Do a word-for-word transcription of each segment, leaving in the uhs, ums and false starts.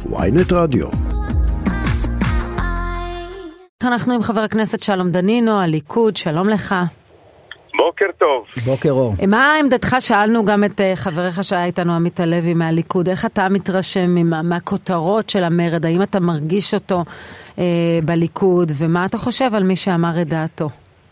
וויינט רדיו. אנחנו עם חבר הכנסת שלום דנינו, הליכוד, שלום לך. בוקר טוב. בוקר אור. מה עמדתך? שאלנו גם את חבריך שהיה איתנו עמית הלוי מהליכוד, איך אתה מתרשם מהכותרות של המרד, האם אתה מרגיש אותו אה, בליכוד, ומה אתה חושב על מי שאמר את דעתו?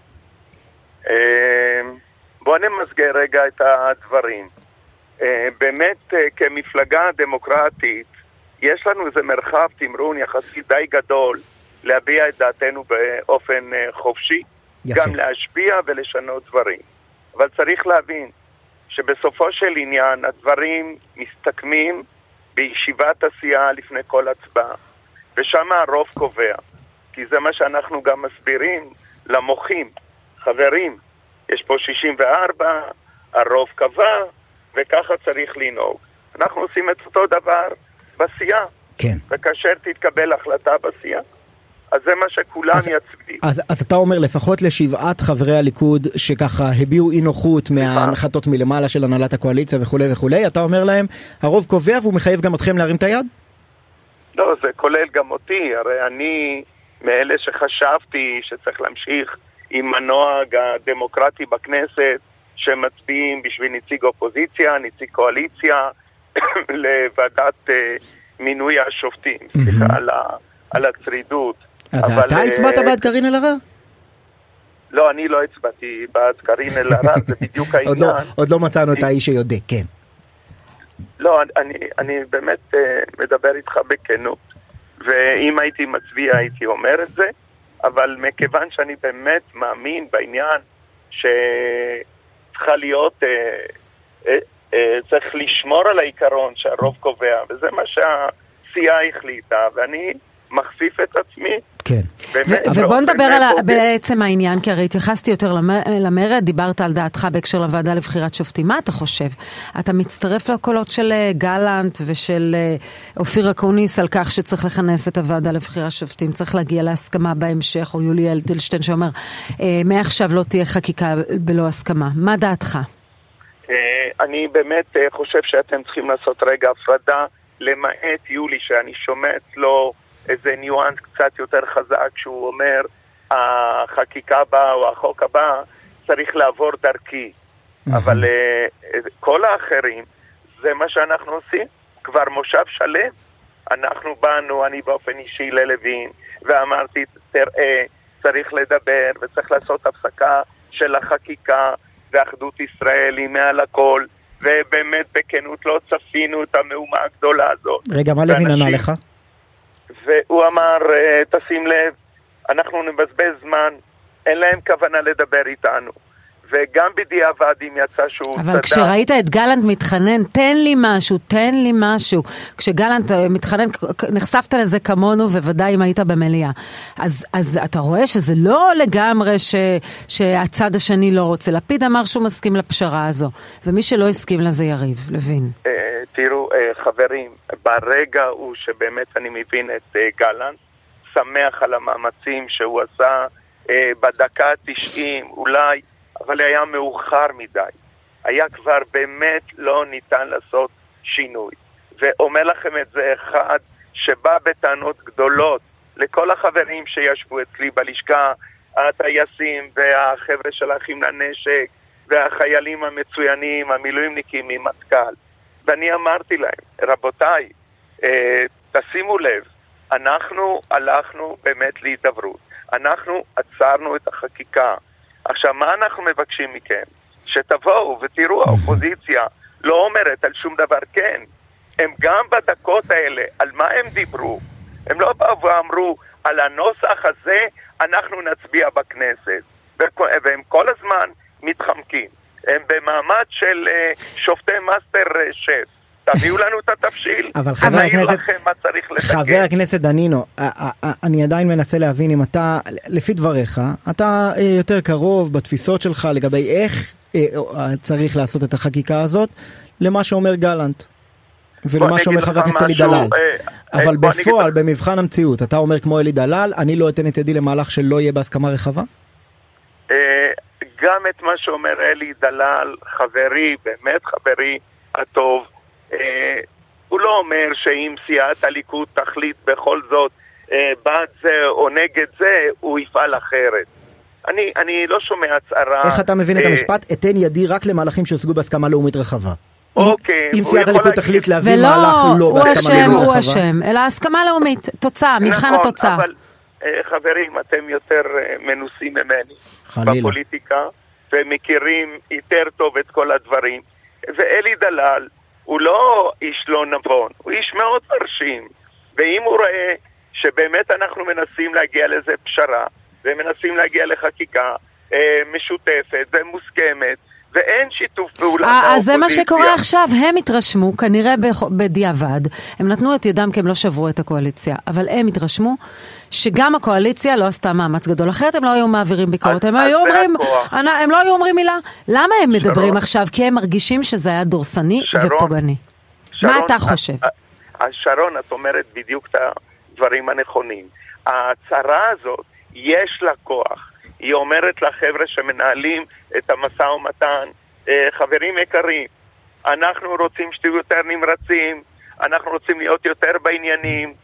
אה, בוא נמסגר רגע את הדברים. אה, באמת אה, כמפלגה דמוקרטית, יש לנו איזה מרחב תמרון יחסי די גדול, להביע את דעתנו באופן אה, חופשי, יפה. גם להשפיע ולשנות דברים. אבל צריך להבין שבסופו של עניין הדברים מסתכמים בישיבת עשייה לפני כל הצבעה. ושם הרוב קובע. כי זה מה שאנחנו גם מסבירים למוחים. חברים, יש פה שישים וארבע, הרוב קבע, וככה צריך לנהוג. אנחנו עושים את אותו דבר בסיעה. כן. וכאשר תתקבל החלטה בסיעה, אז זה מה שכולם יצביעו. אז, אז אתה אומר לפחות לשבעת חברי הליכוד שככה הביעו אי נוחות מהנחתות מלמעלה של הנהלת הקואליציה וכו' וכו', אתה אומר להם הרוב קובע והוא מחייב גם אתכם להרים את היד? לא, זה כולל גם אותי. הרי אני מאלה שחשבתי שצריך להמשיך עם הנוהג הדמוקרטי בכנסת, שמצביעים בשביל נציג אופוזיציה, נציג קואליציה, לוועדת uh, מינוי השופטים, סליחה, על, ה, על הצרידות. אז אבל, אתה הצבעת uh, בעד קרין אלהרר? לא, אני לא הצבעתי בעד קרין אלהרר, זה בדיוק העניין. עוד, לא, עוד לא מצאנו את האיש שיודע, כן. לא, אני, אני באמת uh, מדבר איתך בכנות, ואם הייתי מצביע הייתי אומר את זה, אבל מכיוון שאני באמת מאמין בעניין שצריכה להיות, uh, uh, uh, צריך לשמור על העיקרון שהרוב קובע, וזה מה שהסיעה החליטה, ואני מחשיף את עצמי. כן. ובוא נדבר על בעצם העניין, כי הרי התייחסתי יותר למרד, דיברת על דעתך בהקשר לוועדה לבחירת שופטים. מה אתה חושב? אתה מצטרף לקולות של גלנט ושל אופיר אקוניס על כך שצריך לכנס את הוועדה לבחירת שופטים, צריך להגיע להסכמה בהמשך, או יולי אלטלשטיין שאומר, מעכשיו לא תהיה חקיקה בלא הסכמה. מה דעתך? אני באמת חושב שאתם צריכים לעשות רגע הפרדה, למעט יולי שאני שומע אצלו איזה ניואנס קצת יותר חזק שהוא אומר החקיקה הבאה או החוק הבא צריך לעבור דרכי. אבל uh, כל האחרים זה מה שאנחנו עושים. כבר מושב שלם. אנחנו באנו, אני באופן אישי ללווין, ואמרתי תראה, צריך לדבר וצריך לעשות הפסקה של החקיקה ואחדות ישראל היא מעל הכל, ובאמת בכנות לא צפינו את המהומה הגדולה הזאת. רגע, מה לוין ענה לך? והוא אמר, תשים לב, אנחנו נבזבז זמן, אין להם כוונה לדבר איתנו. וגם בדיעבד אם יצא שהוא אבל צדק. כשראית את גלנט מתחנן, תן לי משהו, תן לי משהו. כשגלנט מתחנן, נחשפת לזה כמונו, ובוודאי אם היית במליאה. אז, אז אתה רואה שזה לא לגמרי ש, שהצד השני לא רוצה. לפיד אמר שהוא מסכים לפשרה הזו, ומי שלא הסכים לזה יריב, לוין. תראו, חברים, ברגע הוא שבאמת אני מבין את גלנט, שמח על המאמצים שהוא עשה בדקה תשעים, אולי, אבל היה מאוחר מדי. היה כבר באמת לא ניתן לעשות שינוי. ואומר לכם את זה אחד שבא בטענות גדולות לכל החברים שישבו אצלי בלשכה, הטייסים והחבר'ה של האחים לנשק והחיילים המצוינים, המילואימניקים ממטכ"ל. ואני אמרתי להם, רבותיי, אה, תשימו לב, אנחנו הלכנו באמת להידברות. אנחנו עצרנו את החקיקה. עכשיו, מה אנחנו מבקשים מכם? שתבואו ותראו, האופוזיציה לא אומרת על שום דבר כן. הם גם בדקות האלה, על מה הם דיברו? הם לא באו ואמרו, על הנוסח הזה אנחנו נצביע בכנסת. והם כל הזמן מתחמקים. הם במעמד של uh, שופטי מאסטר שף. תביאו לנו את התבשיל, אבל חבר הכנסת, חבר הכנסת דנינו, אני עדיין מנסה להבין אם אתה, לפי דבריך, אתה יותר קרוב בתפיסות שלך לגבי איך צריך לעשות את החקיקה הזאת, למה שאומר גלנט, ולמה שאומר חבר הכנסת אלי דלל. אבל בפועל, במבחן המציאות, אתה אומר כמו אלי דלל, אני לא אתן את ידי למהלך שלא יהיה בהסכמה רחבה? גם את מה שאומר אלי דלל, חברי, באמת חברי הטוב, הוא לא אומר שאם סיעת הליכוד תחליט בכל זאת בעד זה או נגד זה, הוא יפעל אחרת. אני, אני לא שומע הצהרה... איך אתה מבין את המשפט? אתן ידי רק למהלכים שהושגו בהסכמה לאומית רחבה. אוקיי. אם סיעת הליכוד תחליט להביא מהלך לא בהסכמה לאומית רחבה. ולא, הוא אשם, אלא הסכמה לאומית, תוצאה, מבחן התוצאה. אבל חברים, אתם יותר מנוסים ממני בפוליטיקה, ומכירים יותר טוב את כל הדברים. ואלי דלל הוא לא איש לא נבון, הוא איש מאוד מרשים. ואם הוא רואה שבאמת אנחנו מנסים להגיע לזה פשרה, ומנסים להגיע לחקיקה אה, משותפת ומוסכמת, ואין שיתוף פעולה באופוזיציה. אז זה מה שקורה עכשיו, הם התרשמו, כנראה בדיעבד, הם נתנו את ידם כי הם לא שברו את הקואליציה, אבל הם התרשמו שגם הקואליציה לא עשתה מאמץ גדול, אחרת הם לא היו מעבירים ביקורת, הם היו אומרים, הם לא היו אומרים מילה. למה הם מדברים עכשיו? כי הם מרגישים שזה היה דורסני ופוגעני. מה אתה חושב? שרון, את אומרת בדיוק את הדברים הנכונים. ההצהרה הזאת, יש לה כוח. היא אומרת לחבר'ה שמנהלים את המשא ומתן, חברים יקרים, אנחנו רוצים שתהיו יותר נמרצים, אנחנו רוצים להיות יותר בעניינים,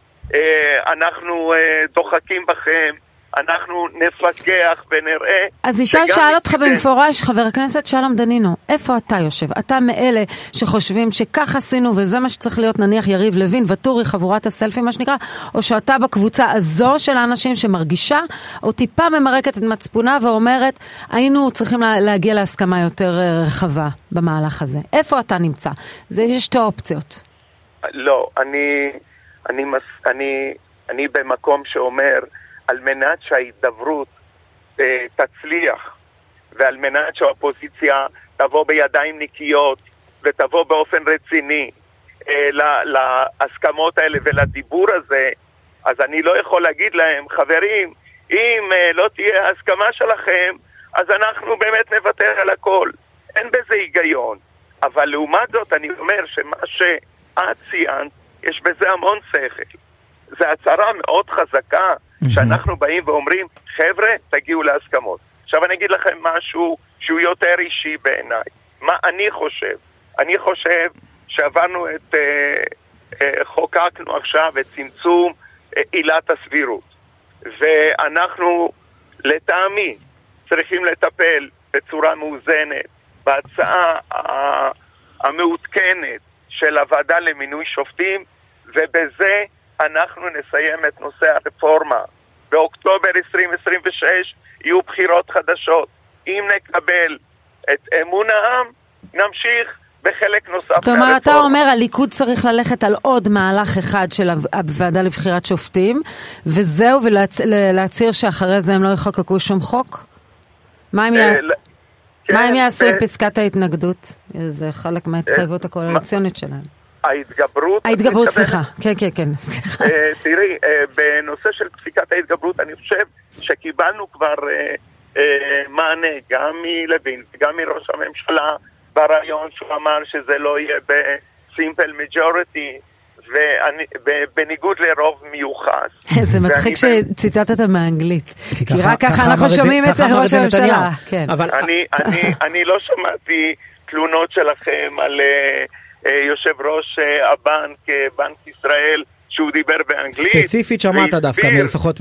אנחנו דוחקים בכם, אנחנו נפקח ונראה. אז ישי שאל אותך במפורש, חבר הכנסת שלום דנינו, איפה אתה יושב? אתה מאלה שחושבים שכך עשינו וזה מה שצריך להיות, נניח יריב לוין, וטורי, חבורת הסלפי, מה שנקרא, או שאתה בקבוצה הזו של האנשים שמרגישה, או טיפה ממרקת את מצפונה ואומרת, היינו צריכים להגיע להסכמה יותר רחבה במהלך הזה. איפה אתה נמצא? זה יש שתי אופציות. לא, אני, אני, אני, אני במקום שאומר, על מנת שההידברות אה, תצליח, ועל מנת שהאופוזיציה תבוא בידיים נקיות, ותבוא באופן רציני אה, להסכמות האלה ולדיבור הזה, אז אני לא יכול להגיד להם, חברים, אם אה, לא תהיה הסכמה שלכם, אז אנחנו באמת נוותר על הכל. אין בזה היגיון. אבל לעומת זאת אני אומר שמה שאת ציינת, יש בזה המון שכל. זו הצהרה מאוד חזקה, שאנחנו באים ואומרים, חבר'ה, תגיעו להסכמות. עכשיו אני אגיד לכם משהו שהוא יותר אישי בעיניי. מה אני חושב? אני חושב שעברנו את, אה, אה, חוקקנו עכשיו את צמצום אה, עילת הסבירות. ואנחנו לטעמי צריכים לטפל בצורה מאוזנת, בהצעה המעודכנת של הוועדה למינוי שופטים, ובזה אנחנו נסיים את נושא הרפורמה. באוקטובר עשרים עשרים ושש יהיו בחירות חדשות. אם נקבל את אמון העם, נמשיך בחלק נוסף. כלומר, אתה אומר, הליכוד צריך ללכת על עוד מהלך אחד של הוועדה לבחירת שופטים, וזהו, ולהצהיר שאחרי זה הם לא יחוקקו שום חוק? מה הם יעשו עם פסקת ההתנגדות? זה חלק מההתחייבות הקואליציונית שלהם. ההתגברות... ההתגברות, סליחה. כן, כן, כן, סליחה. תראי, בנושא של פסיקת ההתגברות, אני חושב שקיבלנו כבר מענה, גם מלוין, גם מראש הממשלה, ברעיון שהוא אמר שזה לא יהיה בסימפל מג'וריטי, ובניגוד לרוב מיוחס. זה מצחיק שציטטת מאנגלית, כי רק ככה אנחנו שומעים את ראש הממשלה. אני לא שמעתי תלונות שלכם על... יושב ראש הבנק, בנק ישראל, שהוא דיבר באנגלית. ספציפית שמעת דווקא, לפחות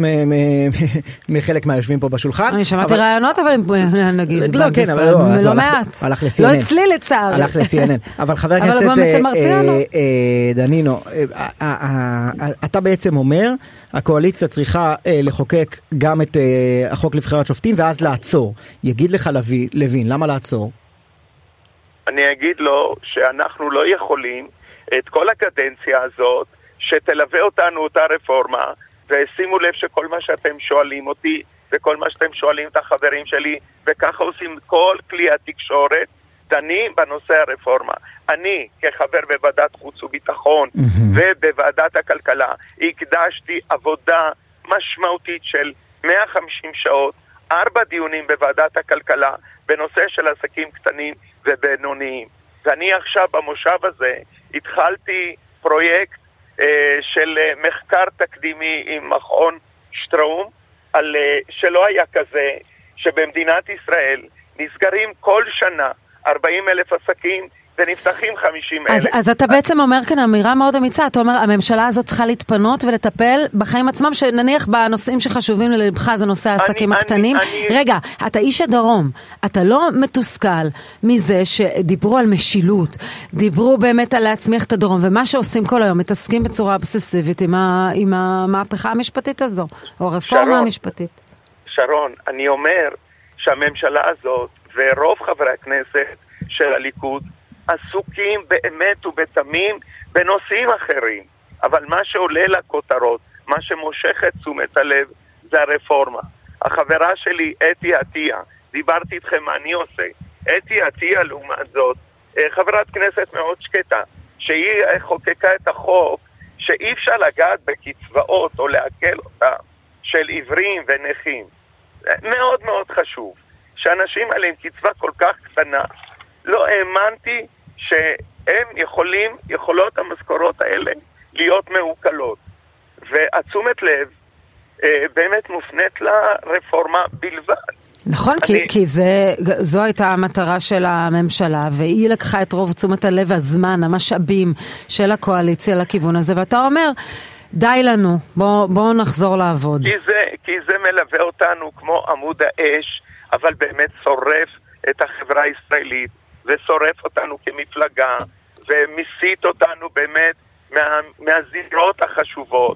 מחלק מהיושבים פה בשולחן. אני שמעתי רעיונות, אבל נגיד, לא, כן, אבל לא מעט. לא אצלי לצער. הלך ל-סי אן אן. אבל חבר הכנסת דנינו, אתה בעצם אומר, הקואליציה צריכה לחוקק גם את החוק לבחירת שופטים, ואז לעצור. יגיד לך לוין, למה לעצור? אני אגיד לו שאנחנו לא יכולים את כל הקדנציה הזאת שתלווה אותנו אותה רפורמה, ושימו לב שכל מה שאתם שואלים אותי וכל מה שאתם שואלים את החברים שלי, וככה עושים כל כלי התקשורת, דנים בנושא הרפורמה. אני כחבר בוועדת חוץ וביטחון mm-hmm. ובוועדת הכלכלה הקדשתי עבודה משמעותית של מאה וחמישים שעות, ארבע דיונים בוועדת הכלכלה בנושא של עסקים קטנים ובינוניים. ואני עכשיו במושב הזה התחלתי פרויקט אה, של מחקר תקדימי עם מכון שטרום, על, אה, שלא היה כזה, שבמדינת ישראל נסגרים כל שנה ארבעים אלף עסקים ונפתחים חמישים אלף. אז, אז אתה בעצם אומר כאן אמירה מאוד אמיצה, אתה אומר, הממשלה הזאת צריכה להתפנות ולטפל בחיים עצמם, שנניח בנושאים שחשובים ללבך, זה נושא העסקים אני, הקטנים. אני, רגע, אתה איש הדרום, אתה לא מתוסכל מזה שדיברו על משילות, דיברו באמת על להצמיח את הדרום, ומה שעושים כל היום, מתעסקים בצורה אובססיבית עם, ה, עם המהפכה המשפטית הזו, או הרפורמה שרון, המשפטית. שרון, אני אומר שהממשלה הזאת, ורוב חברי הכנסת של הליכוד, עסוקים באמת ובתמים בנושאים אחרים. אבל מה שעולה לכותרות, מה שמושך את תשומת הלב, זה הרפורמה. החברה שלי, אתי עטיה, דיברתי איתכם מה אני עושה. אתי עטיה, לעומת זאת, חברת כנסת מאוד שקטה, שהיא חוקקה את החוק, שאי אפשר לגעת בקצבאות או להקל אותה של עיוורים ונכים. מאוד מאוד חשוב. שאנשים האלה עם קצבה כל כך קטנה, לא האמנתי שהם יכולים, יכולות המשכורות האלה להיות מעוקלות. והתשומת לב אה, באמת מופנית לרפורמה בלבד. נכון, אני... כי, כי זה, זו הייתה המטרה של הממשלה, והיא לקחה את רוב תשומת הלב, הזמן, המשאבים של הקואליציה לכיוון הזה, ואתה אומר, די לנו, בוא, בוא נחזור לעבוד. כי זה, כי זה מלווה אותנו כמו עמוד האש, אבל באמת שורף את החברה הישראלית, ושורף אותנו כמפלגה, ומסית אותנו באמת מה, מהזירות החשובות,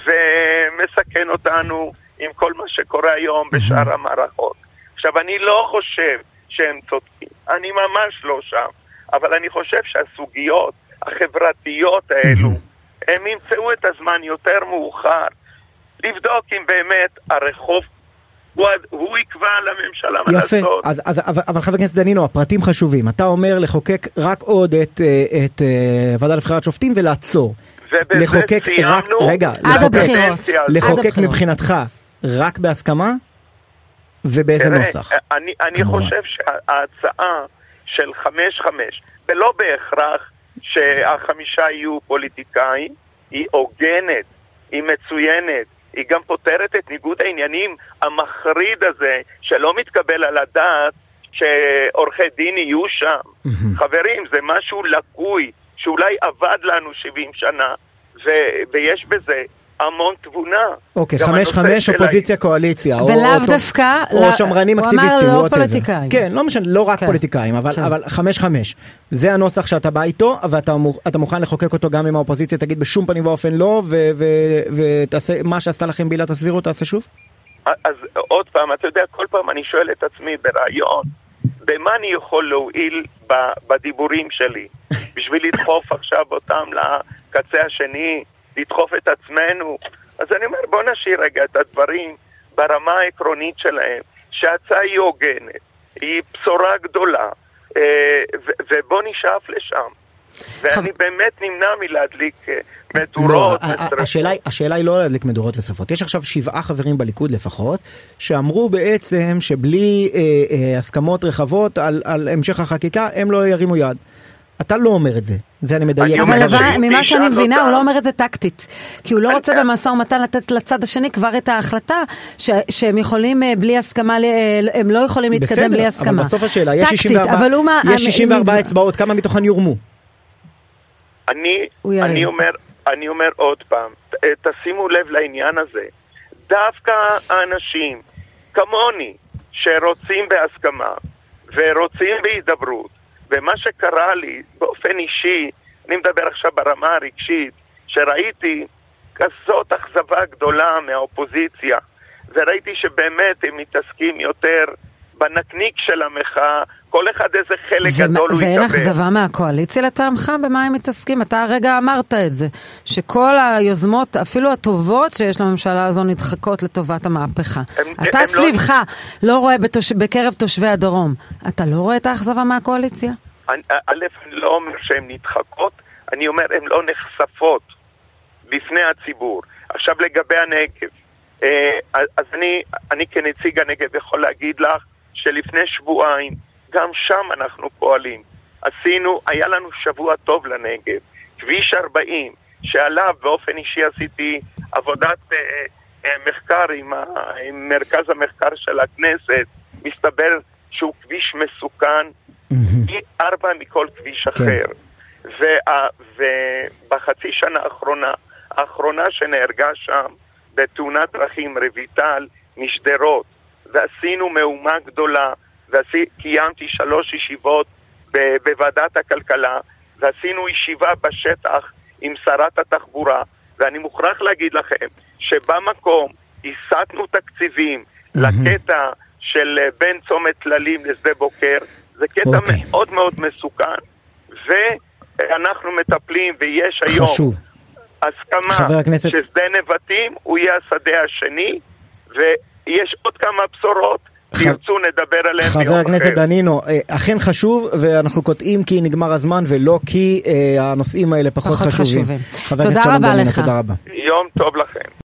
ומסכן אותנו עם כל מה שקורה היום בשאר המערכות. עכשיו, אני לא חושב שהם צודקים, אני ממש לא שם, אבל אני חושב שהסוגיות החברתיות האלו, הם ימצאו את הזמן יותר מאוחר, לבדוק אם באמת הרחוב הוא, הוא יקבע לממשלה מה לעשות. יפה, אז, אז, אבל, אבל חבר הכנסת דנינו, הפרטים חשובים. אתה אומר לחוקק רק עוד את, את, את ועדה לבחירת שופטים ולעצור. לחוקק רק, רגע, עד הבחירות. לחוקק מבחינתך רק בהסכמה ובאיזה נוסח? אני, אני חושב שההצעה של חמש חמש, ולא בהכרח שהחמישה יהיו פוליטיקאים, היא הוגנת, היא מצוינת, היא גם פותרת את ניגוד העניינים המחריד הזה, שלא מתקבל על הדעת שעורכי דין יהיו שם. Mm-hmm. חברים, זה משהו לקוי, שאולי עבד לנו שבעים שנה, ו- ויש בזה המון תבונה. אוקיי, חמש חמש אופוזיציה קואליציה. ולאו דווקא, או שמרנים אקטיביסטים. הוא אמר לא פוליטיקאים. כן, לא משנה, לא רק פוליטיקאים, אבל חמש חמש. זה הנוסח שאתה בא איתו, ואתה מוכן לחוקק אותו גם אם האופוזיציה תגיד בשום פנים ואופן לא, ותעשה מה שעשתה לכם בעילת הסבירות, תעשה שוב? אז עוד פעם, אתה יודע, כל פעם אני שואל את עצמי ברעיון, במה אני יכול להועיל בדיבורים שלי, בשביל לדחוף עכשיו אותם לקצה השני, לדחוף את עצמנו. אז אני אומר, בוא נשאיר רגע את הדברים ברמה העקרונית שלהם, שההצעה היא הוגנת, היא בשורה גדולה, ובוא נשאף לשם. ואני באמת נמנע מלהדליק מדורות. השאלה היא לא להדליק מדורות ושרפות. יש עכשיו שבעה חברים בליכוד לפחות, שאמרו בעצם שבלי הסכמות רחבות על המשך החקיקה, הם לא ירימו יד. אתה לא אומר את זה, זה אני מדייק. אבל ממה שאני מבינה, הוא לא אומר את זה טקטית, כי הוא לא רוצה במשא ומתן לתת לצד השני כבר את ההחלטה, שהם יכולים בלי הסכמה, הם לא יכולים להתקדם בלי הסכמה. אבל בסוף השאלה, יש שישים וארבע אצבעות, כמה מתוכן יורמו? אני אומר, אני אומר עוד פעם, תשימו לב לעניין הזה, דווקא האנשים כמוני, שרוצים בהסכמה, ורוצים בהידברות, ומה שקרה לי באופן אישי, אני מדבר עכשיו ברמה הרגשית, שראיתי כזאת אכזבה גדולה מהאופוזיציה, וראיתי שבאמת הם מתעסקים יותר בנקניק של המחאה, כל אחד איזה חלק ו- גדול הוא יקבל. ואין אכזבה מהקואליציה לטעמך? במה הם מתעסקים? אתה הרגע אמרת את זה, שכל היוזמות, אפילו הטובות שיש לממשלה הזו, נדחקות לטובת המהפכה. הם, אתה הם סביבך לא, לא רואה בתוש... בקרב תושבי הדרום. אתה לא רואה את האכזבה מהקואליציה? אני, א', אני לא אומר שהן נדחקות, אני אומר הן לא נחשפות בפני הציבור. עכשיו לגבי הנגב, אז אני, אני כנציג הנגב יכול להגיד לך שלפני שבועיים גם שם אנחנו פועלים. עשינו, היה לנו שבוע טוב לנגב, כביש ארבעים, שעליו באופן אישי עשיתי עבודת אה, אה, מחקר עם, ה, עם מרכז המחקר של הכנסת, מסתבר שהוא כביש מסוכן, mm-hmm. אי פי ארבע מכל כביש אחר. ובחצי שנה האחרונה, האחרונה שנהרגה שם בתאונת דרכים רויטל משדרות, ועשינו מהומה גדולה, וקיימתי שלוש ישיבות בוועדת הכלכלה, ועשינו ישיבה בשטח עם שרת התחבורה, ואני מוכרח להגיד לכם שבמקום הסטנו תקציבים לקטע של בין צומת טללים לשדה בוקר, זה קטע okay. מאוד מאוד מסוכן, ואנחנו מטפלים, ויש היום חשוב. הסכמה הכנסת... ששדה נבטים הוא יהיה השדה השני, ויש עוד כמה בשורות, ח... תרצו נדבר עליהם חבר הכנסת דנינו, אכן חשוב, ואנחנו קוטעים כי נגמר הזמן, ולא כי אה, הנושאים האלה פחות, פחות חשובים. חשובים. תודה רבה לך. תודה רבה. יום טוב לכם.